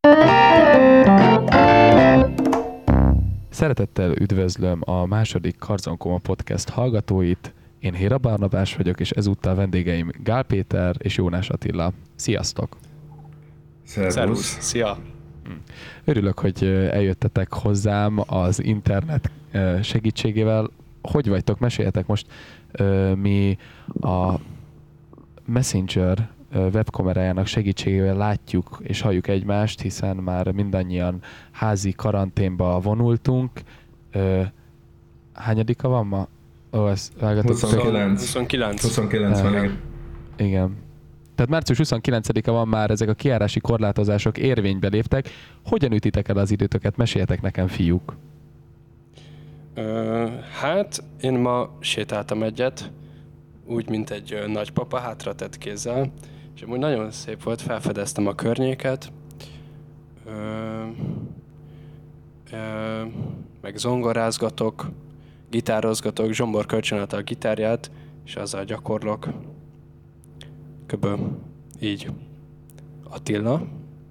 Szeretettel üdvözlöm a második Karzonkoma Podcast hallgatóit. Én Héra Barnabás vagyok, és ezúttal vendégeim Gál Péter és Jónás Attila. Sziasztok! Szervusz! Szia! Örülök, hogy eljöttetek hozzám az internet segítségével. Hogy vagytok? Meséljetek most. Mi a Messenger webkamerájának segítségével látjuk és halljuk egymást, hiszen már mindannyian házi karanténba vonultunk. Hányadika van ma? 29 van, igen. Igen. Tehát március 29-a van már, ezek a kijárási korlátozások érvénybe léptek. Hogyan ütitek el az időtöket? Meséljetek nekem, fiúk. Hát, én ma sétáltam egyet, úgy, mint egy nagypapa, hátratett kézzel, és amúgy nagyon szép volt, felfedeztem a környéket, meg zongorázgatok, gitározgatok, Zsombor kölcsönadta a gitárját, és azzal gyakorlok. Így. Attila?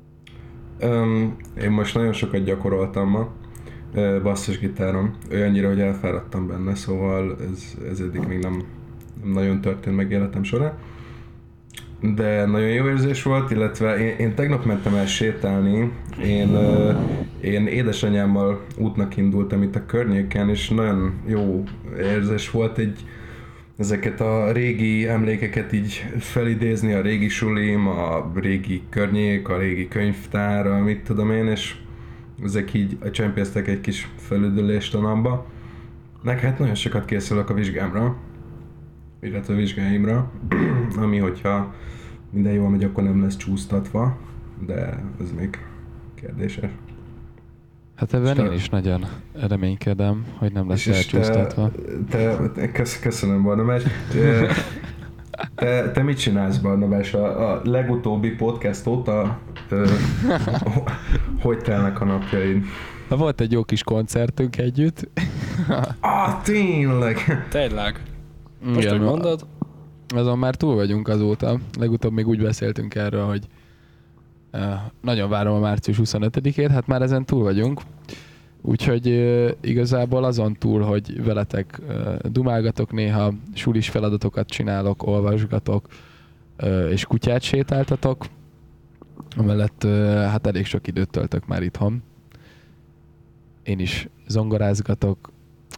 Én most nagyon sokat gyakoroltam ma basszusgitáron, olyannyira, hogy elfáradtam benne, szóval ez eddig még nem nagyon történt meg életem során. De nagyon jó érzés volt, illetve én tegnap mentem el sétálni, én édesanyámmal útnak indultam itt a környéken, és nagyon jó érzés volt ezeket a régi emlékeket így felidézni, a régi sulim, a régi környék, a régi könyvtár, mit tudom én, és ezek így csempésztek egy kis felüdülést a napba. Meg hát nagyon sokat készülök a vizsgámra, illetve a vizsgáimra, ami hogyha minden jól megy, akkor nem lesz csúsztatva, de ez még kérdéses. Hát ebben én is nagyon reménykedem, hogy nem lesz elcsúsztatva. Köszönöm, Barnabás. Te mit csinálsz, Barnabás? A legutóbbi podcast óta hogy telnek a napjaid? Volt egy jó kis koncertünk együtt. Tényleg? Tényleg? Most, hogy mondod? Azon már túl vagyunk azóta. Legutóbb még úgy beszéltünk erről, hogy nagyon várom a március 25-ét, hát már ezen túl vagyunk. Úgyhogy igazából azon túl, hogy veletek dumálgatok néha, sulis feladatokat csinálok, olvasgatok, és kutyát sétáltatok. Amellett hát elég sok időt töltök már itthon. Én is zongorázgatok,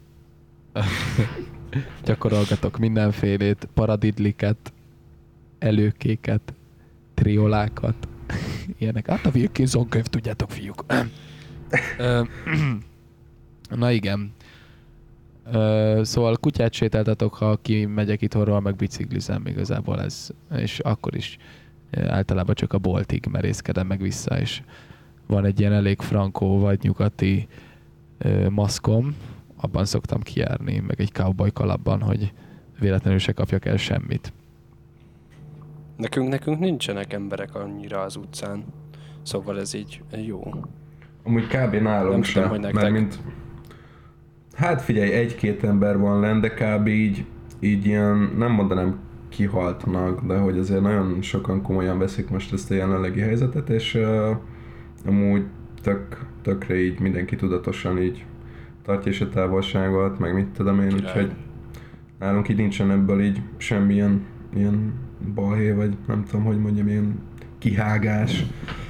gyakorolgatok mindenfélét, paradidliket, előkéket, triolákat, ilyenek. Hát a Wilkinson könyv, tudjátok, fiúk. Na igen. Szóval kutyát sétáltatok, ha kimegyek itthonról, meg biciklizem igazából ez. És akkor is általában csak a boltig merészkedem meg vissza, és van egy ilyen elég frankó vagy nyugati maszkom, abban szoktam kijárni, meg egy cowboy kalapban, hogy véletlenül se kapjak el semmit. Nekünk nincsenek emberek annyira az utcán, szóval ez így jó. Amúgy kb. Nálunk sem, mert mint... Hát figyelj, egy-két ember van lenn, de kb. így ilyen, nem mondanám kihaltnak, de hogy azért nagyon sokan komolyan veszik most ezt a jelenlegi helyzetet, és amúgy tökre így mindenki tudatosan így tartja is a távolságot, meg mit tudom én, úgyhogy nálunk így nincsen ebből így semmilyen ilyen balhé, vagy nem tudom, hogy mondjam, ilyen kihágás.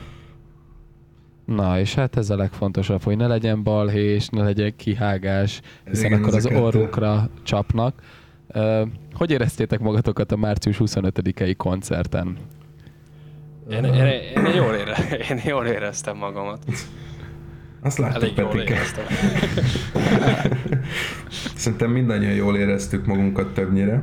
Na, és hát ez a legfontosabb, hogy ne legyen balhé, és ne legyen kihágás, hiszen igen, akkor az orrunkra csapnak. Hogy éreztétek magatokat a március 25-i koncerten? Én jól éreztem magamat. Azt láttuk, Petike. Szerintem mindannyian jól éreztük magunkat többnyire.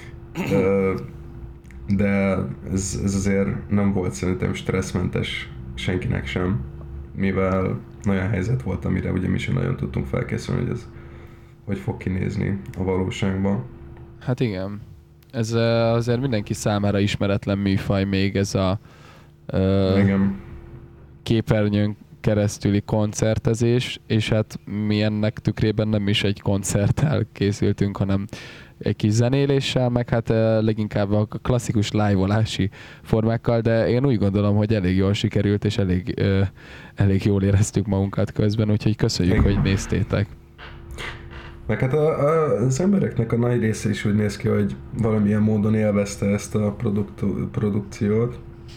De ez azért nem volt szerintem stresszmentes senkinek sem, mivel olyan helyzet volt, amire ugye mi sem nagyon tudtunk felkészülni, hogy ez hogy fog kinézni a valóságban. Hát igen. Ez azért mindenki számára ismeretlen műfaj még ez a képernyőn keresztüli koncertezés, és hát mi ennek tükrében nem is egy koncerttel készültünk, hanem egy kis zenéléssel, meg hát leginkább a klasszikus live-olási formákkal, de én úgy gondolom, hogy elég jól sikerült, és elég jól éreztük magunkat közben, úgyhogy köszönjük, hogy néztétek. Meg hát az embereknek a nagy része is úgy néz ki, hogy valamilyen módon élvezte ezt a produkciót.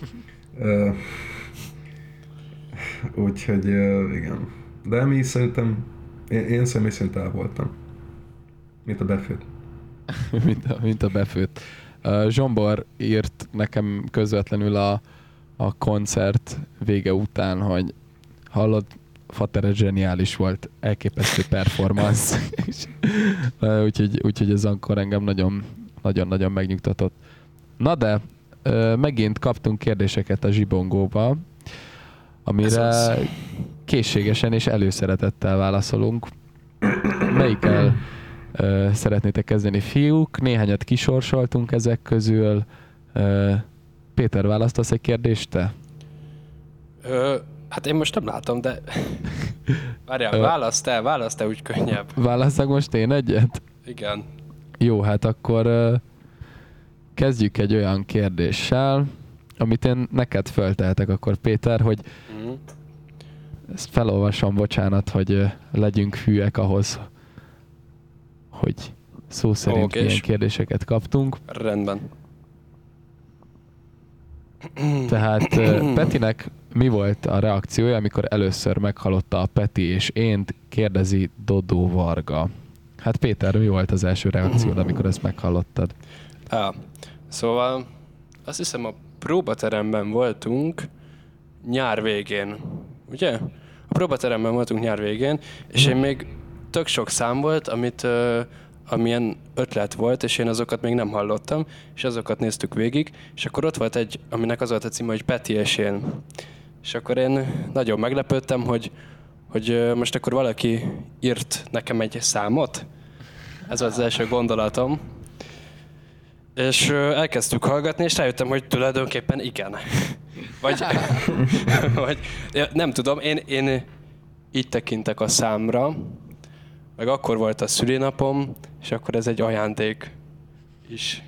Úgyhogy igen. De mi szerintem, én személy szerint el voltam. Mint a befőtt. mint a befőtt. Zsombor írt nekem közvetlenül a koncert vége után, hogy hallod, Fatere zseniális volt, elképesztő performance. úgyhogy ez akkor engem nagyon-nagyon megnyugtatott. Na de, megint kaptunk kérdéseket a zsibongóba, amire készségesen és előszeretettel válaszolunk. Melyikkel szeretnétek kezdeni, fiúk? Néhányat kisorsoltunk ezek közül. Péter, választasz egy kérdést te? Hát én most nem látom, de... Várjál, választ úgy könnyebb. Válasszak most én egyet? Igen. Jó, hát akkor kezdjük egy olyan kérdéssel, amit én neked föltehetek akkor, Péter, hogy ezt felolvasom, bocsánat, hogy legyünk hűek ahhoz, hogy szó szerint ilyen kérdéseket kaptunk. Rendben. Tehát Petinek mi volt a reakciója, amikor először meghallotta a Peti és ént, kérdezi Dodó Varga. Hát Péter, mi volt az első reakciód, amikor ezt meghallottad? Szóval azt hiszem a próbateremben voltunk nyár végén, ugye? A próbateremben voltunk nyár végén, és én még tök sok szám volt, amilyen ötlet volt, és én azokat még nem hallottam, és azokat néztük végig, és akkor ott volt egy, aminek az volt a címe, hogy Peti és én. És akkor én nagyon meglepődtem, hogy most akkor valaki írt nekem egy számot. Ez volt az első gondolatom. És elkezdtük hallgatni, és rájöttem, hogy tulajdonképpen igen. Vagy nem tudom, én így tekintek a számra, meg akkor volt a szülinapom, és akkor ez egy ajándék is.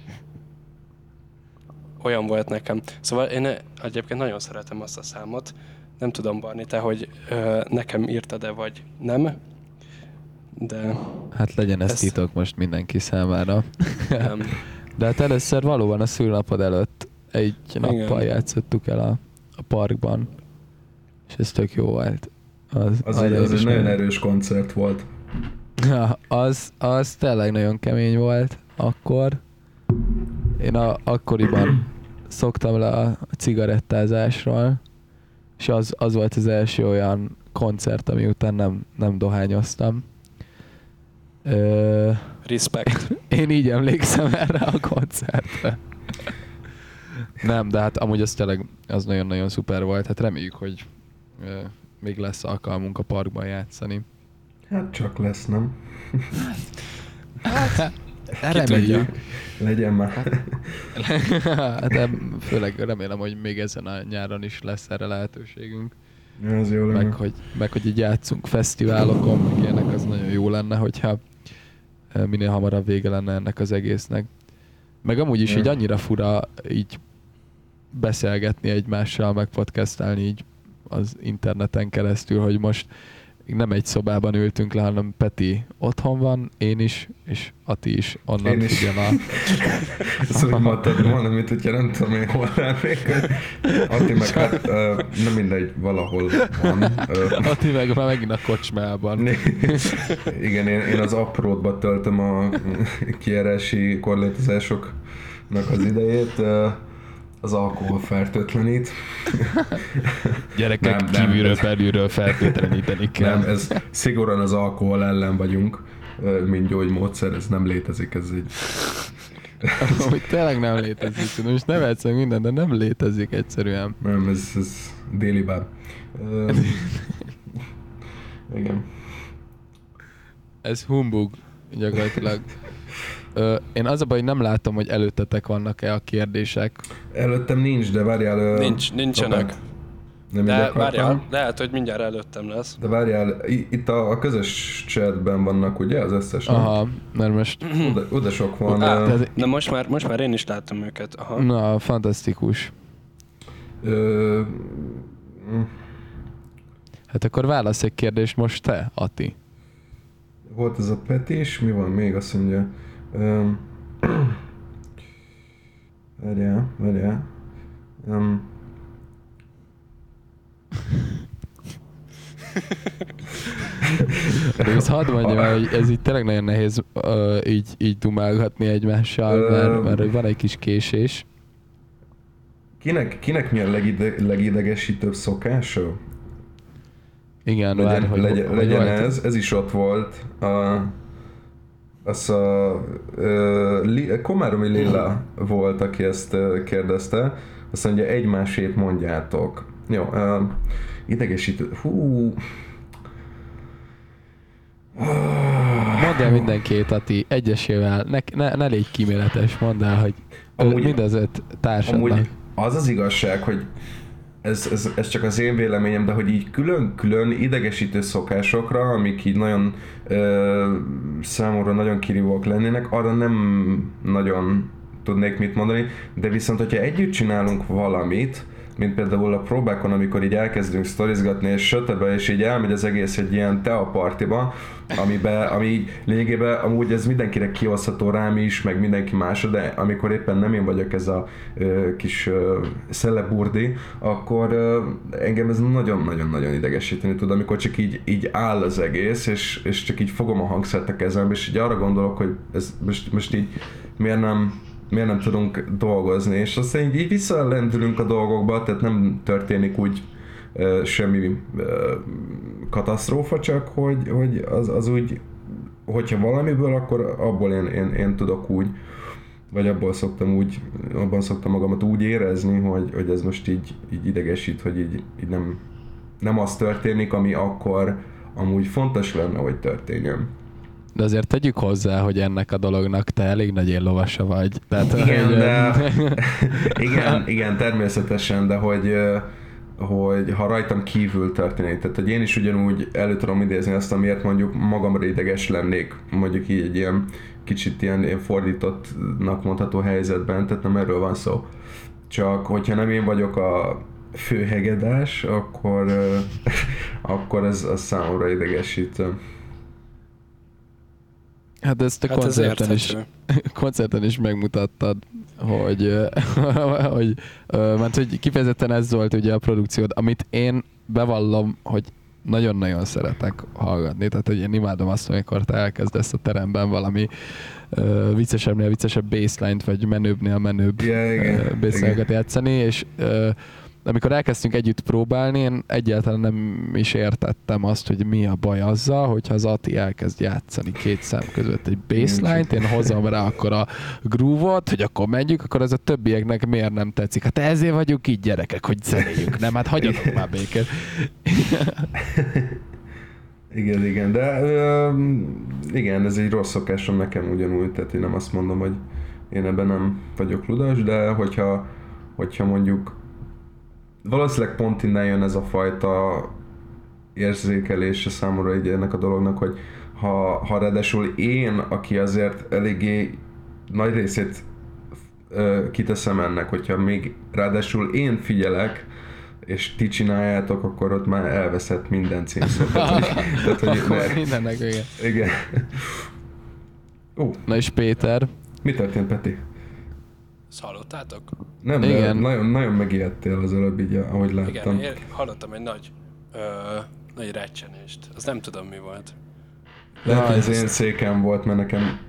Olyan volt nekem. Szóval én egyébként nagyon szeretem azt a számot. Nem tudom, Barni, te, hogy nekem írtad-e, vagy nem. De... Hát legyen ez titok most mindenki számára. Nem. De hát először valóban a szülnapod előtt egy nappal játszottuk el a parkban. És ez tök jó volt. Az egy nagyon erős koncert volt. Ja, az tényleg nagyon kemény volt akkor. Én akkoriban szoktam le a cigarettázásról, és az volt az első olyan koncert, ami után nem dohányoztam. Respect. Én így emlékszem erre a koncertre. Nem, de hát amúgy az tényleg az nagyon-nagyon szuper volt. Hát reméljük, hogy még lesz alkalmunk a parkban játszani. Hát csak lesz, nem? Hát, reméljük. Legyen már. Hát főleg remélem, hogy még ezen a nyáron is lesz erre lehetőségünk. Ez jó lenne. Meg hogy így játszunk fesztiválokon, meg ilyenek, az nagyon jó lenne, hogyha minél hamarabb vége lenne ennek az egésznek. Meg amúgy is így annyira fura így beszélgetni egymással, meg podcastálni így az interneten keresztül, hogy most nem egy szobában ültünk le, hanem Peti otthon van, én is, és Ati is onnan figyel a... Szóval mondtad valamit, hogyha nem tudom én hol lennék. Ati meg hát nem mindegy, valahol van. Ati meg már megint a kocsmában. Igen, én az aprótba töltöm a kijárási korlátozásoknak az idejét. Az alkohol fertőtlenít. Gyerekek, kívülről, belülről fertőtleníteni kell. Nem, ez szigorúan az alkohol ellen vagyunk, mint gyógymódszer, ez nem létezik, ez egy... Hogy tényleg nem létezik. Most nevetsz meg minden, de nem létezik egyszerűen. Nem, ez déli báb. Igen. Ez humbug, gyakorlatilag. Én az a baj, hogy nem látom, hogy előttetek vannak-e a kérdések. Előttem nincs, de várjál... Nincsenek. Nem így De akartam. várjál, lehet, hogy mindjárt előttem lesz. De várjál, itt a közös chatben vannak ugye az összes, nem? Aha, mert most... Oda sok van. Na most már én is láttam őket. Aha. Na, fantasztikus. Hát akkor válasz egy kérdést most te, Ati. Volt ez a Peti is, mi van még? Azt mondja... Várjál. De ezt hadd mondjam el, hogy ez így tényleg nagyon nehéz így dumálgatni egymással, mert van egy kis késés. Kinek mi a legidegesítőbb szokása? Igen, legyen ez is ott volt. Komáromi Lilla volt, aki ezt kérdezte. Azt mondja, egymásét mondjátok. Jó, idegesítő. Mondd el mindenkét, Ati, egyesével, ne légy kíméletes, mondd el, hogy mindezet társadnak. Amúgy az igazság, hogy ez csak az én véleményem, de hogy így külön idegesítő szokásokra, amik így nagyon számomra nagyon kirívók lennének, arra nem nagyon tudnék mit mondani, de viszont, hogyha együtt csinálunk valamit, mint például a próbákon, amikor így elkezdünk sztorizgatni, és sötebe, és így elmegy az egész egy ilyen teapartiba, ami így lényegében amúgy ez mindenkire kihozható, rám is, meg mindenki másra, de amikor éppen nem én vagyok ez a kis szeleburdi, akkor engem ez nagyon-nagyon-nagyon idegesíteni tud, amikor csak így áll az egész, és csak így fogom a hangszert a kezembe, és így arra gondolok, hogy ez most így miért nem tudunk dolgozni, és aztán így visszalendülünk a dolgokba, tehát nem történik úgy semmi katasztrófa, csak hogy az úgy, hogyha valamiből, akkor abból én tudok úgy, vagy abban szoktam magamat úgy érezni, hogy ez most így idegesít, hogy így nem az történik, ami akkor amúgy fontos lenne, hogy történjön. De azért tegyük hozzá, hogy ennek a dolognak te elég nagy éllovasa vagy. Tehát, igen, természetesen, de hogy ha rajtam kívül történik, tehát hogy én is ugyanúgy elő tudom idézni azt, amiért mondjuk magamra ideges lennék, mondjuk így egy ilyen kicsit ilyen fordítottnak mondható helyzetben, tehát nem erről van szó. Csak hogyha nem én vagyok a főhegedás, akkor ez számomra idegesítő. Hát ezt a koncerten is megmutattad, hogy kifejezetten ez volt ugye a produkciód, amit én bevallom, hogy nagyon-nagyon szeretek hallgatni, tehát hogy én imádom azt, amikor te elkezdesz a teremben valami viccesebbnél viccesebb bassline-t, vagy menőbbnél menőbb bassline-ot játszani, és amikor elkezdtünk együtt próbálni, én egyáltalán nem is értettem azt, hogy mi a baj azzal, hogyha az Ati elkezd játszani két szám között egy bassline-t, én hozom rá akkor a groove-ot, hogy akkor menjünk, akkor az a többieknek miért nem tetszik. Hát ezért vagyunk így gyerekek, hogy zenéljünk, nem? Hát hagyjatok már békét. Igen, de igen, ez egy rossz szokásom nekem ugyanúgy, tehát én nem azt mondom, hogy én ebben nem vagyok ludas, de hogyha mondjuk valószínűleg pont innen jön ez a fajta érzékelése számomra így ennek a dolognak, hogy ha ráadásul én, aki azért eléggé nagy részét kiteszem ennek, hogyha még ráadásul én figyelek, és ti csináljátok, akkor ott már elveszett minden címszót. Mindennek, igen. Na és Péter? Mi történt, Peti? Ezt hallottátok? Nem, de nagyon megijedtél az előbb így, ahogy láttam. Igen, én hallottam egy nagy recsenést. Az nem tudom mi volt. Lehet, hogy az én székem volt, mert nekem...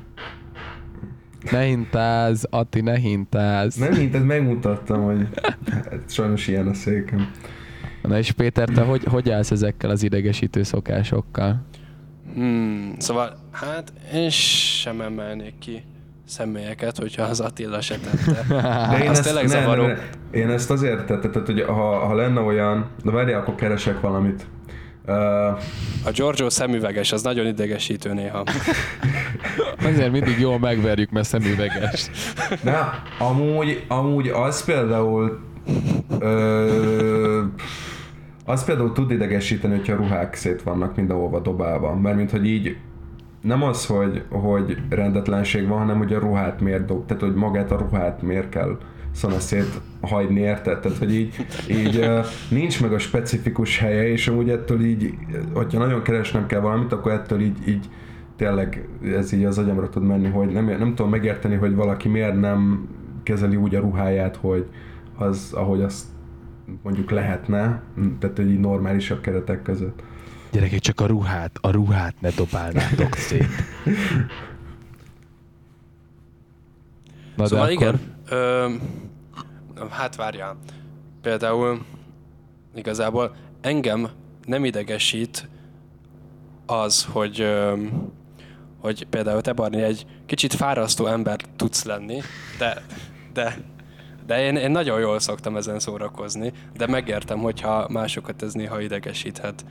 Ne hintáz, Ati, ne hintáz. Nem hintáz, megmutattam, hogy hát, sajnos ilyen a székem. Na és Péter, te hogy állsz ezekkel az idegesítő szokásokkal? Szóval, hát én sem emelnék ki személyeket, hogyha az Attila se tette. De az tényleg zavaró. Én ezt azért tettem, tehát hogy ha lenne olyan, de várjál, akkor keresek valamit. A Giorgio szemüveges, az nagyon idegesítő néha. Azért mindig jól megverjük, mert szemüveges. Na, amúgy az például Az például tud idegesíteni, hogyha a ruhák szét vannak mindenhova dobálva. Mert mint hogy így nem az, hogy rendetlenség van, hanem hogy a ruhát miért tehát hogy magát a ruhát miért kell szanaszét hagyni, érted? Tehát, hogy így nincs meg a specifikus helye, és amúgy ettől így, hogyha nagyon keresnem kell valamit, akkor ettől így tényleg ez így az agyamra tud menni, hogy nem tudom megérteni, hogy valaki miért nem kezeli úgy a ruháját, hogy az, ahogy azt mondjuk lehetne, tehát egy normálisabb keretek között. Gyerekek, csak a ruhát ne dobálnátok szét. Na szóval de akkor... igen, hát várjál. Például igazából engem nem idegesít az, hogy például te, Barni, egy kicsit fárasztó ember tudsz lenni, de én nagyon jól szoktam ezen szórakozni, de megértem, hogyha másokat ez néha idegesíthet.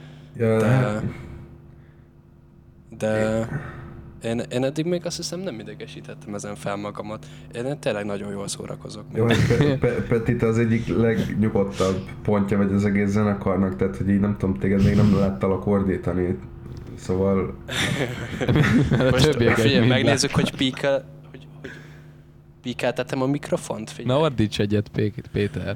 De én eddig még azt hiszem nem idegesítettem ezen fel magamat. Én tényleg nagyon jól szórakozok. Jó, Peti, te az egyik legnyugodtabb pontja vagy az egész zenekarnak, tehát hogy így nem tudom, téged még nem láttalak ordítani. Szóval... Most figyelj, megnézzük, hogy píkeltetem a mikrofont. Figyelj. Na ordíts egyet, Péter.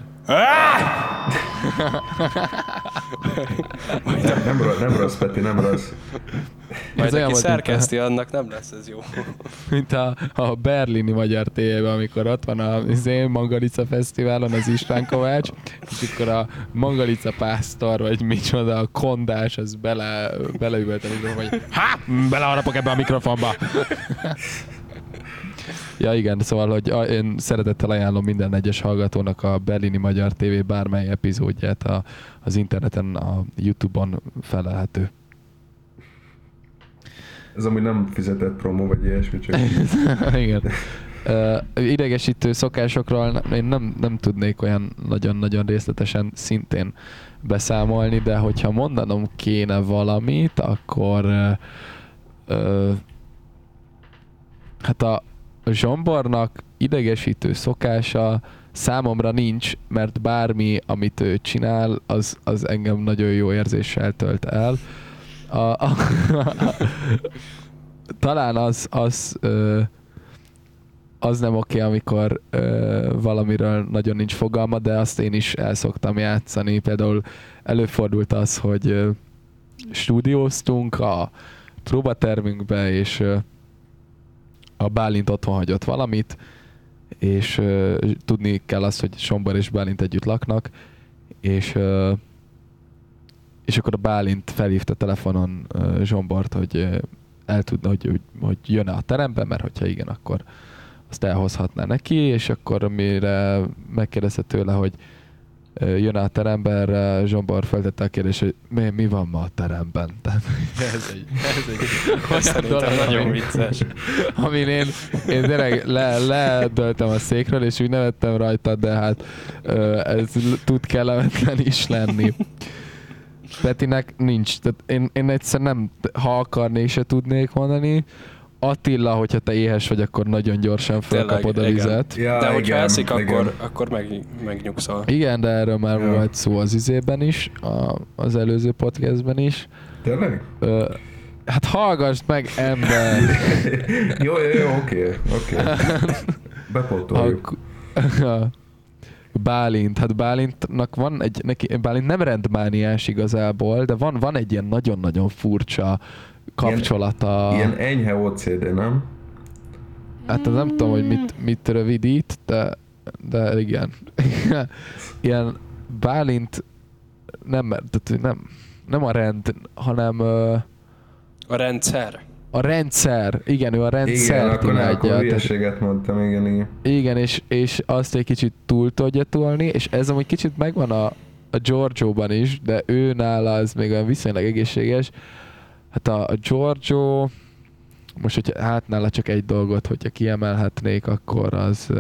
Nem rossz, Peti, nem rossz. Majd aki szerkeszti, annak nem lesz ez jó. Mint a berlini Magyar TV-ben, amikor ott van a Mangalica Fesztiválon az István Kovács, és akkor a Mangalica pásztor, vagy micsoda, a kondás, az beleüvölt a mikrofonba, hogy beleharapok ebbe a mikrofonba. Ja igen, szóval, hogy én szeretettel ajánlom minden egyes hallgatónak a berlini Magyar TV bármely epizódját az interneten, a YouTube-on felelhető. Ez amúgy nem fizetett promo, vagy ilyesmi, csak... Igen. Idegesítő szokásokról én nem tudnék olyan nagyon-nagyon részletesen szintén beszámolni, de hogyha mondanom kéne valamit, akkor hát a Zsombornak idegesítő szokása számomra nincs, mert bármi, amit ő csinál, az engem nagyon jó érzéssel tölt el. Talán az nem oké, amikor valamiről nagyon nincs fogalma, de azt én is el szoktam játszani. Például előfordult az, hogy stúdióztunk a próbatermünkbe, és a Bálint otthon hagyott valamit, és tudni kell azt, hogy Sombor és Bálint együtt laknak, és akkor a Bálint felhívta telefonon Zsombort, hogy el tudna, hogy jön-e a terembe, mert hogyha igen, akkor azt elhozhatná neki, és akkor mire megkérdezte tőle, hogy jön-e a terembe, erre Zsombor feltette a kérdést, hogy mi van ma a teremben. Tehát ez egy olyan dolog, nagyon vicces. Amin én tényleg ledöltem a székről, és úgy nevettem rajta, de hát ez tud kellemetlen is lenni. Petinek nincs, tehát én egyszer nem, ha akarnék, se tudnék mondani. Attila, hogyha te éhes vagy, akkor nagyon gyorsan felkapod a vizet. Ja, de hogyha eszik, akkor megnyugszol. Igen, de erről már volt szó az izében is, az előző podcastben is. Tényleg? Hát hallgassd meg, ember! Jó, oké. Bepótoljuk. Bálint, hát Bálintnak van Bálint nem rendmániás igazából, de van egy ilyen nagyon-nagyon furcsa kapcsolata. Ilyen enyhe OCD, nem? Hát nem tudom, hogy mit rövidít, de igen. Ilyen Bálint nem a rend, hanem a rendszer. A rendszer, igen, ő a rendszer imádja. Akkor hülyeséget mondtam, igen. Igen, és azt egy kicsit túl tudja tolni, és ez amúgy kicsit megvan a Giorgio-ban is, de ő nála az még olyan viszonylag egészséges. Hát a Giorgio, most hogyha hát nála csak egy dolgot, hogyha kiemelhetnék, akkor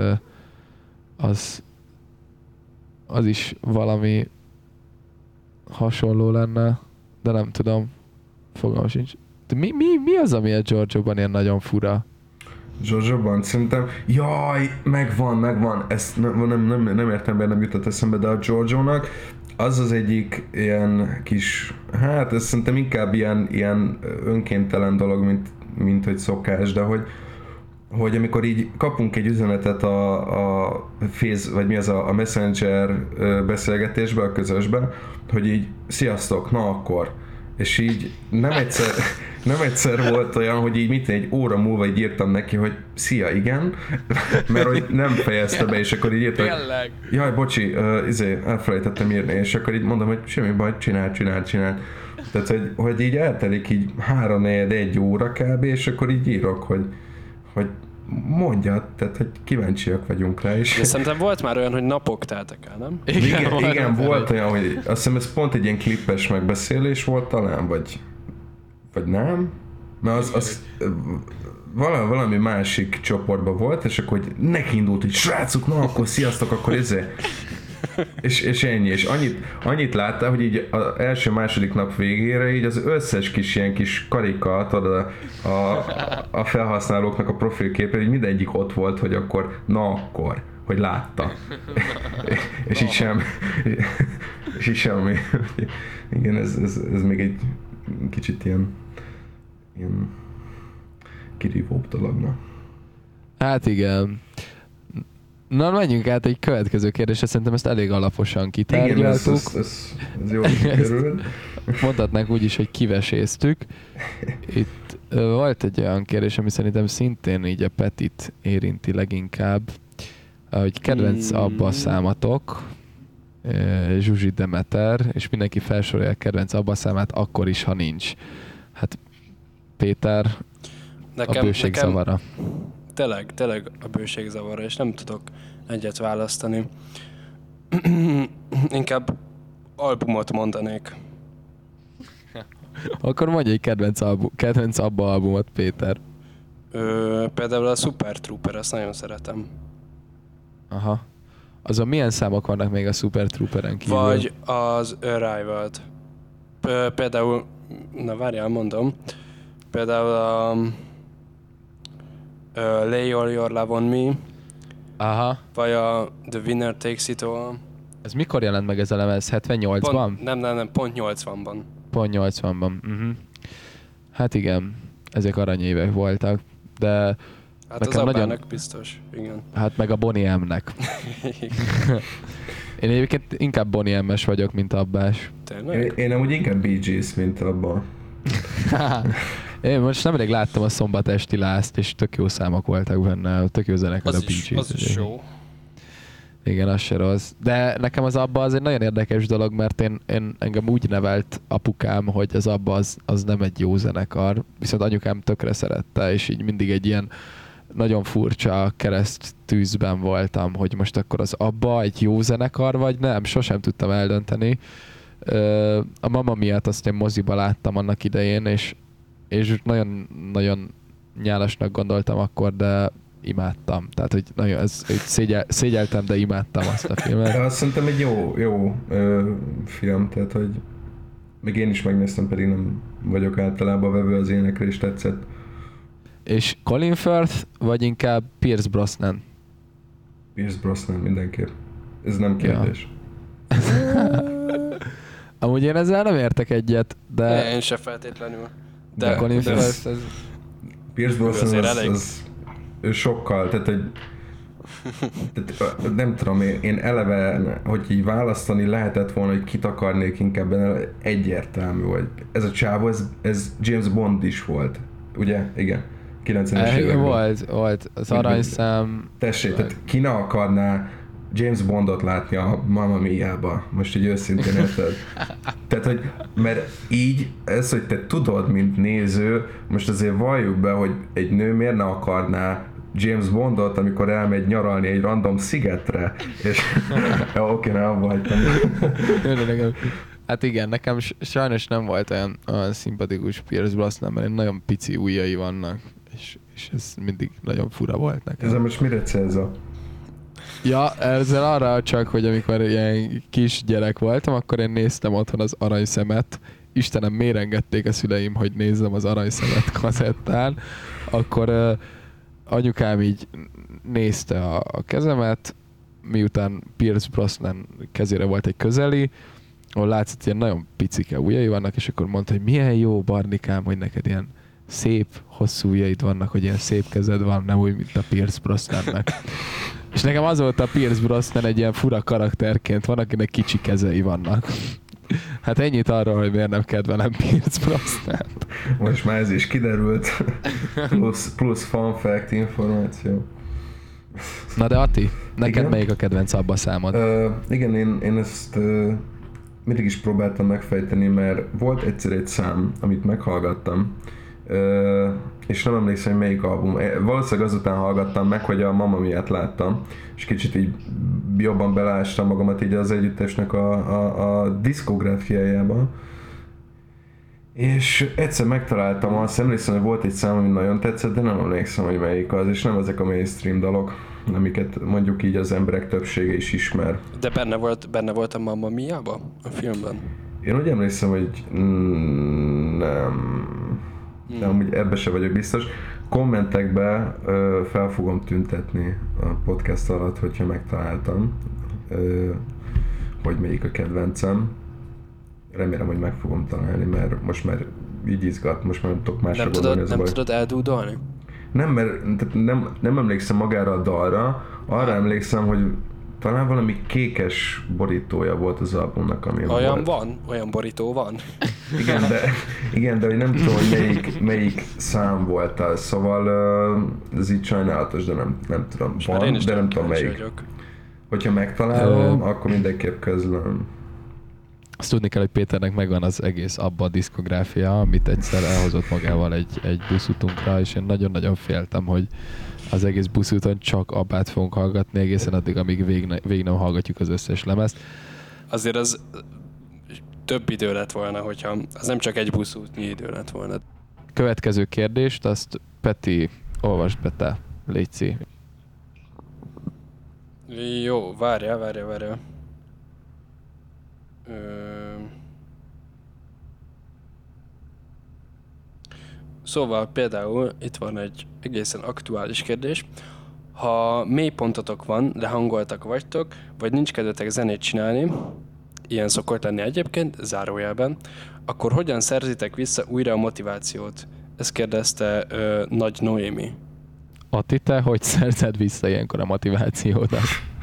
az is valami hasonló lenne, de nem tudom, fogalmam sincs. De mi az, ami a Giorgio-ban ilyen nagyon fura? Jojoban szerintem, jaj, megvan, ezt nem értem, nem jutott eszembe, de a Jojo-nak az az egyik ilyen kis, hát ez szerintem inkább ilyen önkéntelen dolog, mint hogy szokás, de hogy amikor így kapunk egy üzenetet a Face, vagy mi az a Messenger beszélgetésbe, a közösbe, hogy így, sziasztok, na akkor. És így nem egyszer volt olyan, hogy így egy óra múlva így írtam neki, hogy szia, igen, mert hogy nem fejezte be, és akkor így írtam, hogy jaj, bocsi, elfelejtettem írni, és akkor így mondom, hogy semmi baj, csinál. Tehát, hogy így eltelik így 3-4-1 óra kb, és akkor így írok, hogy mondja, tehát hogy kíváncsiak vagyunk rá is. De szerintem volt már olyan, hogy napok teltek el, nem? Igen, volt olyan, hogy azt hiszem ez pont egy ilyen klippes megbeszélés volt talán, vagy nem? Mert az valami másik csoportban volt, és akkor hogy nekiindult, hogy srácok, na akkor sziasztok, akkor és ennyi, és annyit láttál, hogy így az első-második nap végére így az összes kis ilyen kis karika, tudod, a felhasználóknak a profilképre, így mindegyik ott volt, hogy akkor, na akkor, hogy látta. és így semmi. Igen, ez még egy kicsit ilyen kirívóbb dolog, na. Hát igen. Na, menjünk át egy következő kérdésre, szerintem ezt elég alaposan kitárgyaltuk. Igen, ez jól került. Mondhatnánk úgy is, hogy kiveséztük. Itt volt egy olyan kérdés, ami szerintem szintén így a Petit érinti leginkább, hogy kedvenc abba számatok, Zsuzsi Demeter, és mindenki felsorolja a kedvenc abba számát akkor is, ha nincs. Hát Péter, a bőség zavara. Tényleg a bőség zavara, és nem tudok egyet választani. Inkább albumot mondanék. Akkor mondj egy kedvenc abba albumot, Péter. Például a Super Trooper, azt nagyon szeretem. Aha. Azon milyen számok vannak még a Super Trooperen kívül? Vagy az Arrival-t. Például, na várjál, mondom. Például a Lay All Your Love on Me. Aha. Vagy a The Winner Takes It All. Ez mikor jelent meg ez a lemez? 78-ban? Nem, pont 80-ban. Pont 80-ban. Uh-huh. Hát igen, ezek aranyévek voltak, de hát az Abbának nagyon... biztos, igen. Hát meg a Boney M-nek. Én egyébként inkább Boney M-es vagyok, mint Abbás. Tényleg? Én amúgy inkább Bee Gees, mint abban. Én most nemrég láttam a Szombat esti Lázt, és tök jó számok voltak benne, tök jó zenekar a Bee Gees. Az is jó. Igen, az se rossz. De nekem az Abba az egy nagyon érdekes dolog, mert engem úgy nevelt apukám, hogy az Abba az nem egy jó zenekar, viszont anyukám tökre szerette, és így mindig egy ilyen nagyon furcsa kereszttűzben voltam, hogy most akkor az Abba egy jó zenekar, vagy nem, sosem tudtam eldönteni. A Mamma Miát azt én moziba láttam annak idején, és nagyon nyálasnak gondoltam akkor, de imádtam. Tehát, hogy nagyon szégyeltem, de imádtam azt a filmet. Azt szerintem egy jó film, tehát, hogy még én is megnéztem, pedig nem vagyok általában vevő az énekre, és tetszett. És Colin Firth, vagy inkább Pierce Brosnan? Pierce Brosnan mindenképp. Ez nem kérdés. Ja. Amúgy én ezzel nem értek egyet, de... Én se feltétlenül. De Colin Firth ez... Pierce Brosnan az ő sokkal, tehát nem tudom, én eleve, hogy így választani lehetett volna, hogy kit akarnék inkább benne, egyértelmű, hogy ez a csávó, ez James Bond is volt, ugye? Igen. 90-es években. Volt. Az aranyszám... Tessék, tehát ki ne akarná James Bondot látni a Mamma Mia-ba? Most így őszintén érted? Tehát, hogy, mert így, ez, hogy te tudod, mint néző, most azért valljuk be, hogy egy nő miért ne akarná James Bondot, amikor elmegy nyaralni egy random szigetre, és oké, ne abba hagytam. Hát igen, nekem sajnos nem volt olyan szimpatikus Pierce Brosnan, mert nagyon pici ujjai vannak, és ez mindig nagyon fura volt nekem. Ez most mire célza? Ja, ezzel arra csak, hogy amikor ilyen kis gyerek voltam, akkor én néztem otthon az Aranyszemet. Istenem, miért engedték a szüleim, hogy nézzem az Aranyszemet kazettán. Akkor anyukám így nézte a kezemet, miután Pierce Brosnan kezére volt egy közeli, ahol látszott, ilyen nagyon picike ujjai vannak, és akkor mondta, hogy milyen jó, Barnikám, hogy neked ilyen szép, hosszú ujjaid vannak, hogy ilyen szép kezed van, nem úgy, mint a Pierce Brosnannek. És nekem az volt a Pierce Brosnan egy ilyen fura karakterként van, akinek kicsi kezei vannak. Hát ennyit arról, hogy miért nem kedvelem Pierce Brosnant. Most már ez is kiderült. Plusz fun fact információ. Na de Ati, neked igen? Melyik a kedvenc abba számod? Igen, én ezt mindig is próbáltam megfejteni, mert volt egyszer egy szám, amit meghallgattam, és nem emlékszem, hogy melyik album. Valószínűleg azután hallgattam meg, hogy a Mamma Miát láttam, és kicsit így jobban belástam magamat így az együttesnek a diszkográfiájába. És egyszer megtaláltam azt, emlékszem, hogy volt egy szám, ami nagyon tetszett, de nem emlékszem, hogy melyik az, és nem ezek a mainstream dalok, amiket mondjuk így az emberek többsége is ismer. De benne volt a Mamma Mia-ba a filmben? Én úgy emlékszem, hogy nem. De amúgy ebbe se vagyok biztos. Kommentekbe fel fogom tüntetni a podcast alatt, hogyha megtaláltam, hogy melyik a kedvencem. Remélem, hogy meg fogom találni, mert most már így izgat, most már nem tudok másra gondolni. Nem tudod eldúdolni? Nem, mert nem emlékszem magára a dalra, arra emlékszem, hogy talán valami kékes borítója volt az albumnak, ami olyan volt. Van? Olyan borító van? Igen, de hogy nem tudom, hogy melyik szám volt az, szóval ez így sajnálatos, de nem tudom. Van, de nem tudom melyik. Vagyok. Hogyha megtalálom, akkor mindenképp közlöm. Azt tudni kell, hogy Péternek megvan az egész abba a diszkográfia, amit egyszer elhozott magával egy buszutunkra, és én nagyon-nagyon féltem, hogy az egész buszúton csak abbát fogunk hallgatni egészen addig, amíg végig nem hallgatjuk az összes lemezt. Azért az több idő lett volna, hogyha az nem csak egy buszútnyi idő lett volna. Következő kérdést, azt Peti, olvasd be te, légy. Jó, várjál. Szóval például itt van egy egészen aktuális kérdés. Ha mélypontotok van, de hangoltak vagytok, vagy nincs kedvetek zenét csinálni, ilyen szokott lenni egyébként, zárójelben, akkor hogyan szerzitek vissza újra a motivációt? Ezt kérdezte Nagy Noémi. Ati, te hogy szerzed vissza ilyenkor a motivációdat?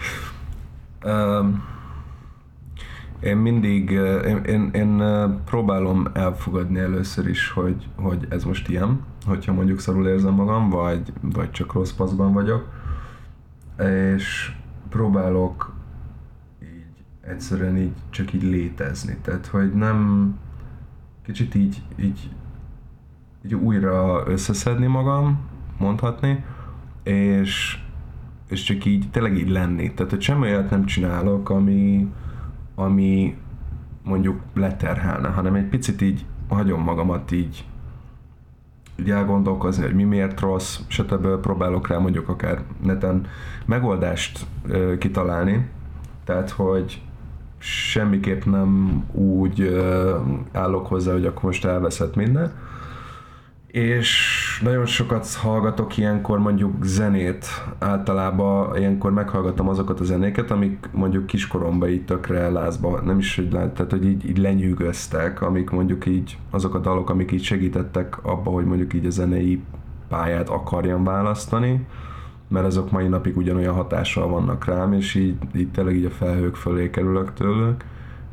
Én mindig, én próbálom elfogadni először is, hogy ez most ilyen, hogyha mondjuk szarul érzem magam, vagy csak rossz paszban vagyok, és próbálok így egyszerűen így csak így létezni, tehát hogy nem kicsit így újra összeszedni magam, mondhatni, és csak így tényleg így lenni, tehát hogy semmi olyat nem csinálok, ami mondjuk leterhelne, hanem egy picit így hagyom magamat így elgondolkozni, hogy mi miért rossz, stb. Próbálok rá mondjuk akár neten megoldást kitalálni, tehát hogy semmiképp nem úgy állok hozzá, hogy akkor most elveszett minden. És nagyon sokat hallgatok ilyenkor mondjuk zenét, általában ilyenkor meghallgatom azokat a zenéket, amik mondjuk kiskoromban így tökre lázba, nem is, hogy tehát hogy így lenyűgöztek, amik mondjuk így azok a dalok, amik így segítettek abba, hogy mondjuk így a zenei pályát akarjam választani, mert azok mai napig ugyanolyan hatással vannak rám, és így tényleg így a felhők fölé kerülök tőlük,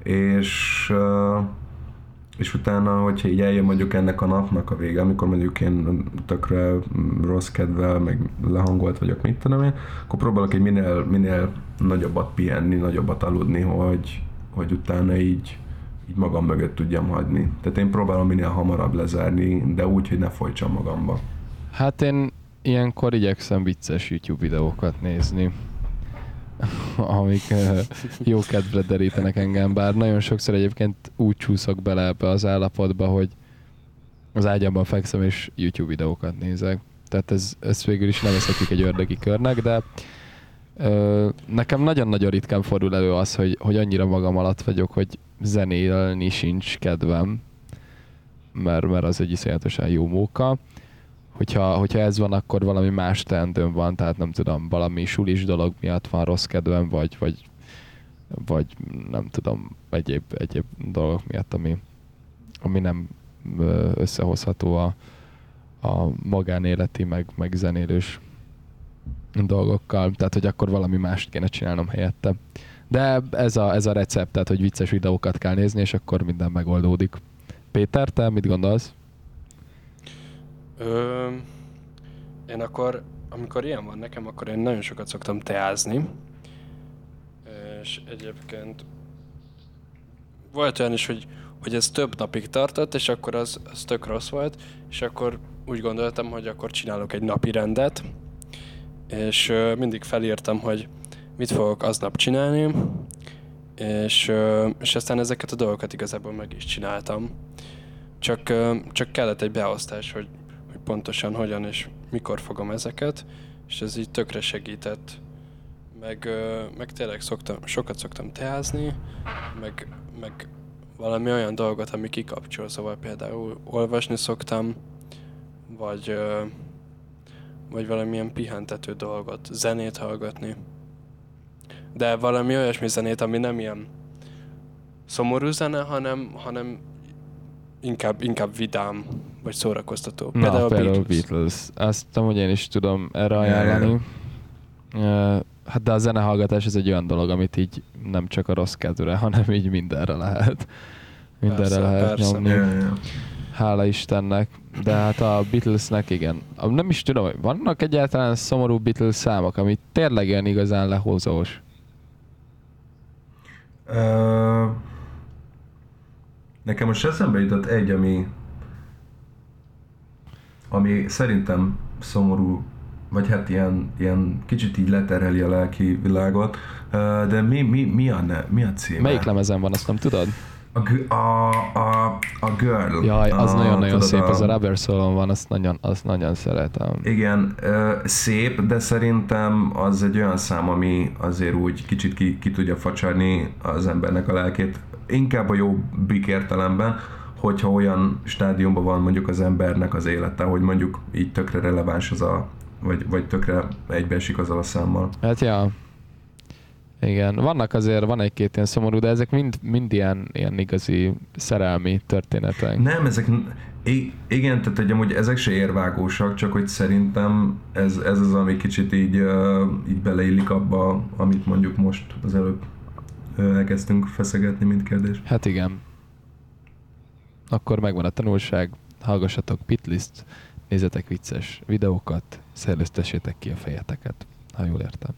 és utána, hogyha így eljön mondjuk ennek a napnak a vége, amikor mondjuk én tökre rossz kedvel, meg lehangolt vagyok, mit tudom én, akkor próbálok egy minél nagyobbat pihenni, nagyobbat aludni, hogy utána így magam mögött tudjam hagyni. Tehát én próbálom minél hamarabb lezárni, de úgy, hogy ne folytsam magamba. Hát én ilyenkor igyekszem vicces YouTube videókat nézni, amik jó kedvre derítenek engem, bár nagyon sokszor egyébként úgy csúszok bele ebbe az állapotba, hogy az ágyamban fekszem és YouTube videókat nézek. Tehát ez végül is nevezhetjük egy ördögi körnek, de nekem nagyon-nagyon ritkán fordul elő az, hogy annyira magam alatt vagyok, hogy zenélni sincs kedvem, mert az egy iszonyatosan jó móka. hogyha ez van, akkor valami más teendőm van, tehát nem tudom, valami sulis dolog miatt van rossz kedvem, vagy nem tudom, egyéb dolgok miatt, ami nem összehozható a magánéleti, meg zenélős dolgokkal, tehát hogy akkor valami mást kéne csinálnom helyette. De ez a recept, tehát hogy vicces videókat kell nézni, és akkor minden megoldódik. Péter, te mit gondolsz? Én akkor, amikor ilyen van nekem, akkor én nagyon sokat szoktam teázni. És egyébként volt olyan is, hogy ez több napig tartott, és akkor az tök rossz volt, és akkor úgy gondoltam, hogy akkor csinálok egy napi rendet, és mindig felírtam, hogy mit fogok aznap csinálni, és aztán ezeket a dolgokat igazából meg is csináltam. Csak kellett egy beosztás, hogy pontosan hogyan és mikor fogom ezeket, és ez így tökre segített. Meg tényleg sokat szoktam teázni, meg valami olyan dolgot, ami kikapcsol, szóval például olvasni szoktam, vagy valamilyen pihentető dolgot, zenét hallgatni. De valami olyasmi zenét, ami nem ilyen szomorú zene, hanem inkább vidám, vagy szórakoztató. Például Beatles. Azt amúgy én is tudom erre ajánlani. Hát de a zenehallgatás ez egy olyan dolog, amit így nem csak a rossz kedvre, hanem így mindenre lehet. Mindenre lehet nyomni. Yeah. Hála Istennek. De hát a Beatlesnek igen. Nem is tudom, hogy vannak egyáltalán szomorú Beatles számok, ami tényleg ilyen igazán lehúzós. Nekem most eszembe jutott egy, ami szerintem szomorú, vagy hát ilyen kicsit így leterheli a lelki világot, de mi a címe? Melyik lemezen van, azt nem tudod? A Girl. Jaj, az nagyon-nagyon szép, az a Rubber Soul-on van, azt nagyon szeretem. Igen, szép, de szerintem az egy olyan szám, ami azért úgy kicsit ki tudja facsarni az embernek a lelkét, inkább a jobbik értelemben, hogyha olyan stádiumban van mondjuk az embernek az élete, hogy mondjuk így tökre releváns vagy tökre egybeesik azzal a számmal. Hát ja. Igen, van egy-két ilyen szomorú, de ezek mind ilyen igazi szerelmi történetek. Nem, ezek... Igen, tehát hogy amúgy ezek se érvágósak, csak hogy szerintem ez az, ami kicsit így beleillik abba, amit mondjuk most az előbb elkezdtünk feszegetni, mint kérdés. Hát igen. Akkor megvan a tanulság, hallgassatok Beatlest, nézzetek vicces videókat, szellőztessétek ki a fejeteket, ha jól értem.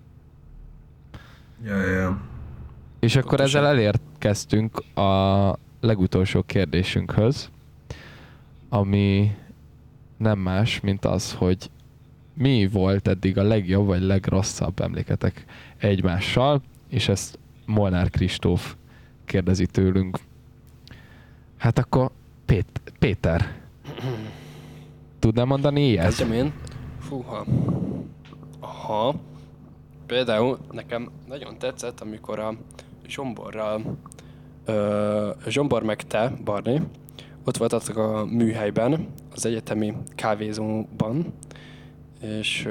Ja. És akkor ezzel elérkeztünk a legutolsó kérdésünkhöz, ami nem más, mint az, hogy mi volt eddig a legjobb vagy legrosszabb emléketek egymással, és ezt Molnár Kristóf kérdezi tőlünk. Hát akkor Péter, tudnál mondani ilyet? Kezdjem én? Fúha. Aha. Például nekem nagyon tetszett, amikor a Zsomborral, Zsombor meg te, Barni, ott voltatok a műhelyben, az egyetemi kávézóban, és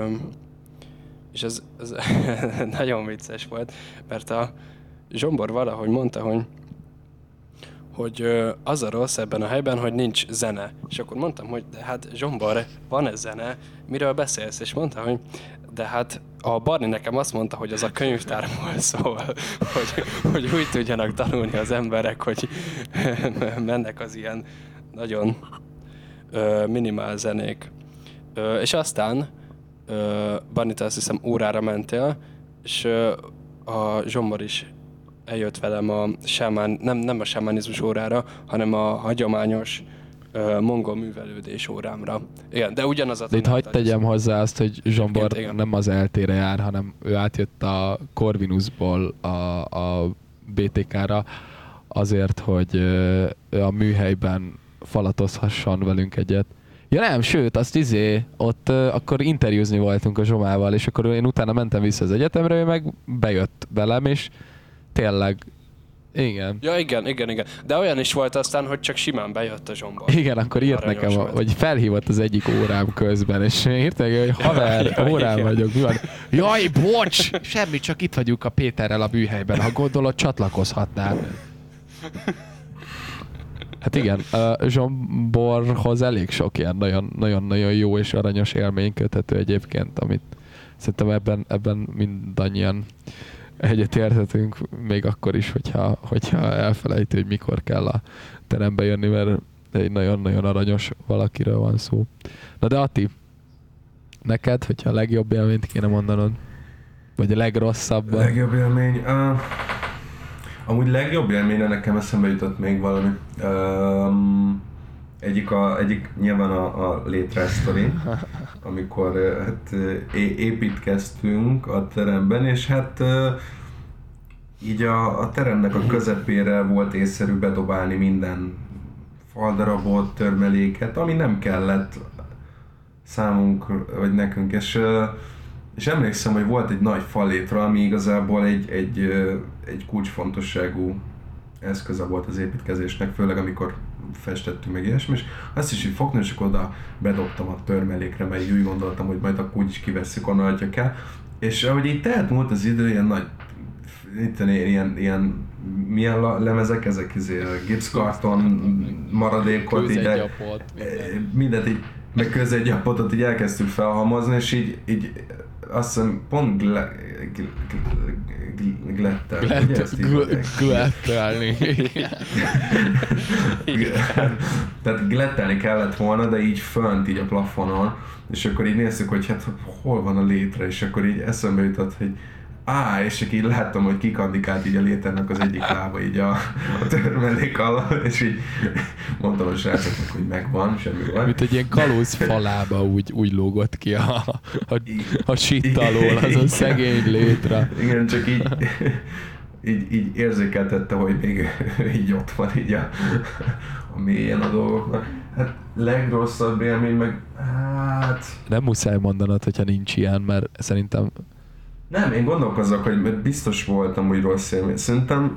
ez nagyon vicces volt, mert a Zsombor valahogy mondta, hogy az a rossz ebben a helyben, hogy nincs zene. És akkor mondtam, hogy de hát Zsombor, van-e zene? Miről beszélsz? És mondta, hogy de hát a Barni nekem azt mondta, hogy az a könyvtárból szól, hogy úgy tudjanak tanulni az emberek, hogy mennek az ilyen nagyon minimál zenék. És aztán Barni, te azt hiszem órára mentél, és a Zsombor is eljött velem a nem a sámánizmus órára, hanem a hagyományos mongol művelődés órámra. Igen, de ugyanaz a... De itt hagyd tegyem hozzá azt, hogy Zsombor nem az eltére jár, hanem ő átjött a Corvinusból a BTK-ra azért, hogy a műhelyben falatozhasson velünk egyet. Ja nem, sőt, azt ott akkor interjúzni voltunk a Zsomával, és akkor én utána mentem vissza az egyetemre, ő meg bejött velem, és tényleg Igen. Ja, igen. De olyan is volt aztán, hogy csak simán bejött a Zsombor. Igen, akkor írt Aranyos nekem, volt. hogy felhívott az egyik órám közben, és írt nekem, hogy haver, órán vagyok, mi van? Jaj, bocs! Semmi, csak itt vagyunk a Péterrel a műhelyben, ha gondolod, csatlakozhatnál. Hát igen, Zsomborhoz elég sok ilyen nagyon-nagyon jó és aranyos élmény köthető egyébként, amit szerintem ebben mindannyian egyetérthetünk, még akkor is, hogyha elfelejti, hogy mikor kell a terembe jönni, mert egy nagyon-nagyon aranyos valakiről van szó. Na de Ati, neked, hogyha a legjobb élményt kéne mondanod? Vagy a legrosszabb? Legjobb élmény? Amúgy legjobb élményre nekem eszembe jutott még valami. Egyik nyilván a létrás sztori, amikor hát, építkeztünk a teremben, és hát így a teremnek a közepére volt észszerű bedobálni minden faldarabot, törmeléket, ami nem kellett számunkra, vagy nekünk, és emlékszem, hogy volt egy nagy fallétra, ami igazából egy kulcsfontosságú eszköze volt az építkezésnek, főleg amikor festettünk meg ilyesmi, és azt is így fogtam, és akkor oda bedobtam a törmelékre, mert így úgy gondoltam, hogy majd akkor úgyis kivesszük onnan, hogyha kell. És ahogy így telt múlt az idő, ilyen nagy, ilyen milyen lemezek ezek, gipszkarton maradékot, így mindent így, meg közegyapotot így elkezdtük felhalmozni, és így azt hiszem pont glettelni. Tehát glettelni kellett volna, de így fönt, így a plafonon, és akkor így néztük, hogy hát hol van a létre, és akkor így eszembe jutott, hogy és akkor így láttam, hogy kikandikált így a léternek az egyik lába így a törmelék alól, és így mondtam a srácoknak, hogy megvan, semmi van. Mint egy ilyen kalóz falába úgy lógott ki a sitt alól, az a szegény létre. Igen, csak így érzékeltette, hogy még így ott van így a mélyen a dolgoknak. Hát legrosszabb élmény meg, hát... Nem muszáj mondanod, hogyha nincs ilyen, mert szerintem... Nem, én gondolkozok, hogy biztos voltam úgy rossz élmény. Szerintem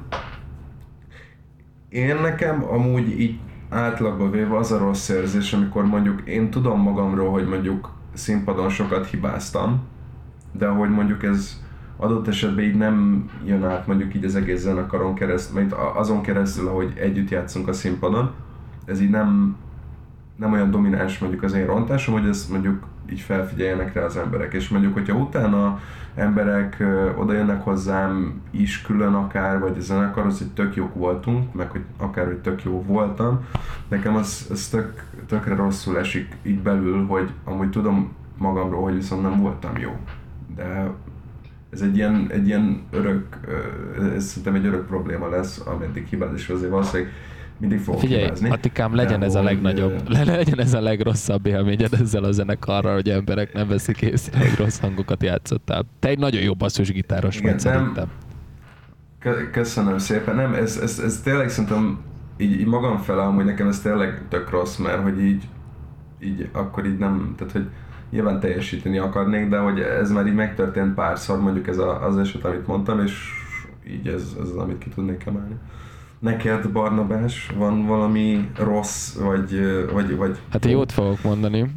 nekem amúgy így átlagban véve az a rossz érzés, amikor mondjuk én tudom magamról, hogy mondjuk színpadon sokat hibáztam, de hogy mondjuk ez adott esetben így nem jön át mondjuk így az egész zenekaron keresztül, mert azon keresztül, ahogy együtt játszunk a színpadon, ez így nem olyan domináns mondjuk az én rontásom, hogy ezt mondjuk így felfigyeljenek rá az emberek, és mondjuk, hogyha utána emberek oda jönnek hozzám is külön akár, vagy a zenekarhoz, hogy tök jók voltunk, meg hogy akár, hogy tök jó voltam, nekem az tökre rosszul esik így belül, hogy amúgy tudom magamról, hogy viszont nem voltam jó. De ez egy ilyen örök, ez szerintem egy örök probléma lesz, ameddig hibáz, és azért valószínűleg mindig fogok hibázni. Attikám, legyen ez a legnagyobb, legyen ez a legrosszabb élményed ezzel a zenekarral, hogy emberek nem veszik észre, hogy rossz hangokat játszottál. Te egy nagyon jó basszusgitáros vagy szerintem. Köszönöm szépen. Nem, ez tényleg szerintem így magam fele, hogy nekem ez tényleg tök rossz, mert hogy így akkor így nem, tehát hogy nyilván teljesíteni akarnék, de hogy ez már így megtörtént párszor, mondjuk ez az eset, amit mondtam, és így ez az, amit ki tudnék emelni. Neked, Barnabás, van valami rossz, vagy... Hát én jót fogok mondani.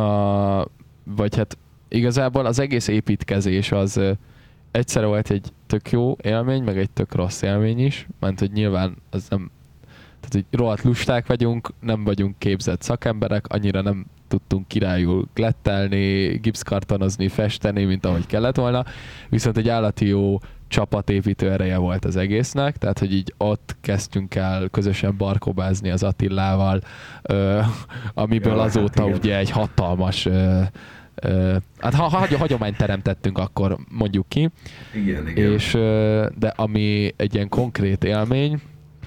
Vagy hát igazából az egész építkezés az egyszerre volt egy tök jó élmény, meg egy tök rossz élmény is, mert hogy nyilván az nem... Tehát, hogy rohadt lusták vagyunk, nem vagyunk képzett szakemberek, annyira nem tudtunk királyul glettelni, gipszkartonozni, festeni, mint ahogy kellett volna, viszont egy állati jó csapatépítő ereje volt az egésznek, tehát hogy így ott kezdtünk el közösen barkobázni az Attilával, amiből azóta ugye egy hatalmas hát hagyományt teremtettünk, akkor mondjuk ki. Igen. És, de ami egy ilyen konkrét élmény,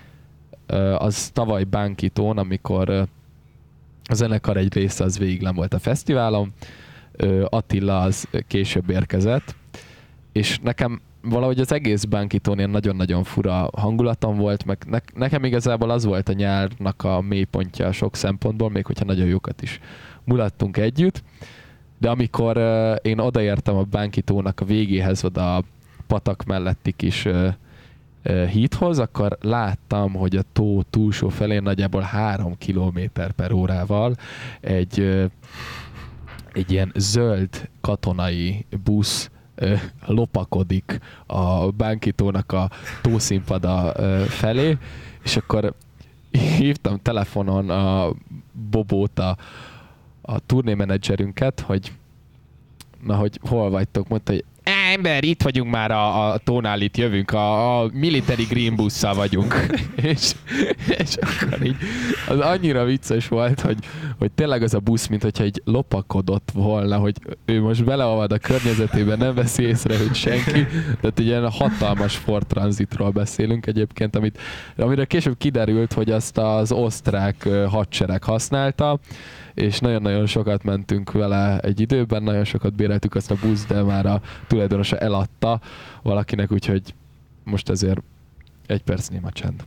az tavaly Bánkitón, amikor a zenekar egy része az végig nem volt a fesztiválon, Attila az később érkezett, és nekem valahogy az egész Bánkitón ilyen nagyon-nagyon fura hangulatom volt, meg nekem igazából az volt a nyárnak a mélypontja sok szempontból, még hogyha nagyon jókat is mulattunk együtt, de amikor én odaértem a Bánkitónak a végéhez, oda a patak melletti kis hídhoz, akkor láttam, hogy a tó túlsó felén nagyjából 3 km/órával egy ilyen zöld katonai busz lopakodik a Bánki-tónak a tószínpada felé, és akkor hívtam telefonon a Bobót, a turnémenedzserünket, hogy hol vagytok, mondta, hogy ember, itt vagyunk már a tónál, itt jövünk, a Military Green busszal vagyunk. és akkor így, az annyira vicces volt, hogy tényleg az a busz, mint hogyha így lopakodott volna, hogy ő most beleolvad a környezetében, nem veszi észre, hogy senki. Tehát egy ilyen hatalmas Ford Transitról beszélünk egyébként, amire később kiderült, hogy azt az osztrák hadsereg használta, és nagyon-nagyon sokat mentünk vele egy időben, nagyon sokat béreltük azt a buszt, de már a tulajdonosa eladta valakinek, úgyhogy most ezért 1 perc néma csend.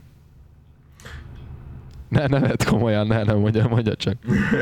Ne vedd komolyan, nem mondja csak.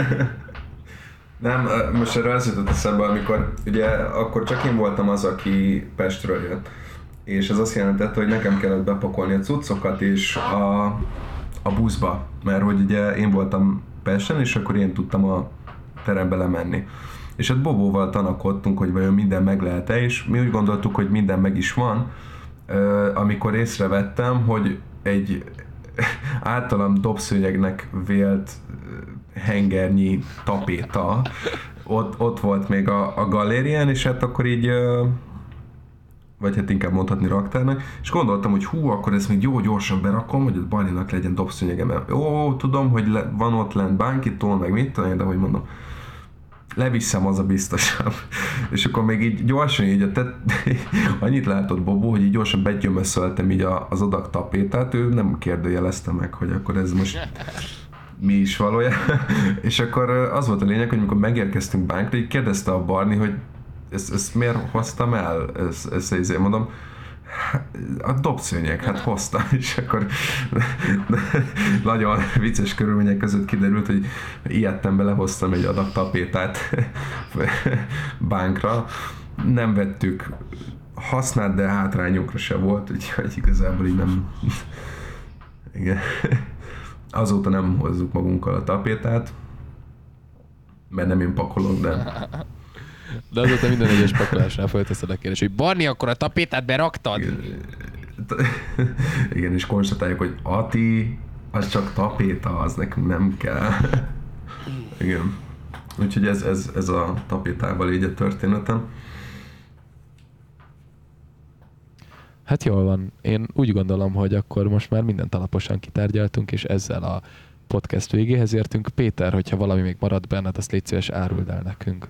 Nem, most erre az jutott eszembe, amikor ugye akkor csak én voltam az, aki Pestről jött. És ez azt jelentette, hogy nekem kellett bepakolni a cuccokat is a buszba, mert hogy ugye én voltam Pesten, és akkor én tudtam a terembe lemenni. És ott Bobóval tanakodtunk, hogy vajon minden meg lehet-e, és mi úgy gondoltuk, hogy minden meg is van, amikor észrevettem, hogy egy általam dobszőnyegnek vélt hengernyi tapéta ott volt még a galérián, és hát akkor így vagy hát inkább mondhatni raktárnak, és gondoltam, hogy akkor ezt még jó gyorsan berakom, hogy ott Barninak legyen dobszőnyegem. Jó, tudom, hogy van ott lent Bánkitól, meg mit tudom, de hogy mondom, leviszem, az a biztosabb. És akkor még így gyorsan így annyit látott Bobó, hogy így gyorsan begyömöszöltem így az adag tapétát, ő nem kérdőjelezte meg, hogy akkor ez most mi is valójában. És akkor az volt a lényeg, hogy amikor megérkeztünk Bánkra, így kérdezte a Barni, hogy ezt miért hoztam el? Ezt mondom, a dobszőnyeg, hát hoztam, és akkor nagyon vicces körülmények között kiderült, hogy ijedtem bele, hoztam egy adag tapétát Bánkra. Nem vettük hasznát, de hátrányokra se volt, úgyhogy igazából így nem... Igen. Azóta nem hozzuk magunkkal a tapétát, mert nem én pakolok, de... De azóta minden egyes pakolásnál fölteszed a kérdést, hogy Barni, akkor a tapétát beraktad? Igen, és konstatáljuk, hogy Ati, az csak tapéta, az nekünk nem kell. Igen. Úgyhogy ez a tapétával így a történetem. Hát jól van. Én úgy gondolom, hogy akkor most már mindent alaposan kitárgyaltunk, és ezzel a podcast végéhez értünk. Péter, hogyha valami még maradt benned, azt légy szíves, áruld el nekünk.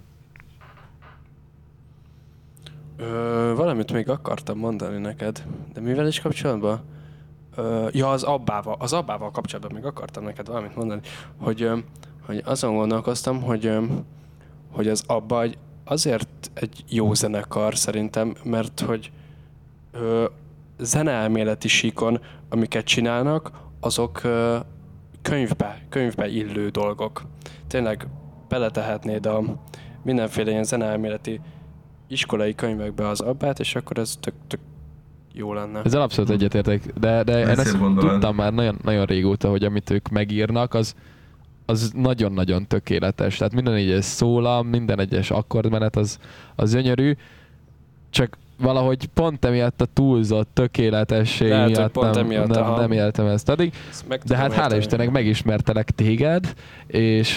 Valamit még akartam mondani neked, de mivel is kapcsolatban? Az abbával kapcsolatban még akartam neked valamit mondani, hogy azon gondolkoztam, hogy az abba azért egy jó zenekar szerintem, mert hogy zeneelméleti síkon, amiket csinálnak, azok könyvbe illő dolgok. Tényleg beletehetnéd a mindenféle ilyen zeneelméleti iskolai könyvekbe az abbát, és akkor ez tök jó lenne. Ezzel abszolút egyetértek, de én ezt tudtam már nagyon, nagyon régóta, hogy amit ők megírnak, az nagyon-nagyon tökéletes. Tehát minden egyes szólam, minden egyes akkordmenet az gyönyörű, csak valahogy pont emiatt a túlzott tökéletesség miatt nem éltem ezt addig. De hát hála Istennek megismertelek téged, és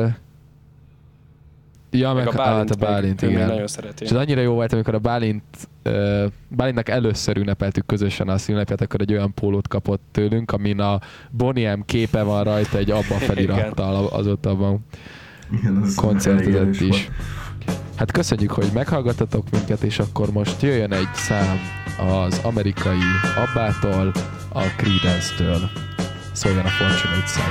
meg a Bálint, igen. Nagyon szereti. És ez annyira jó volt, amikor a Bálintnak először ünnepeltük közösen a színlepet, akkor egy olyan pólót kapott tőlünk, amin a Bonnie M képe van rajta egy abba felirattal, azóta van koncertezett is. Hát köszönjük, hogy meghallgattatok minket, és akkor most jöjjön egy szám az amerikai Abbától, a Creedence-től. Szóljon a Fortunate Son.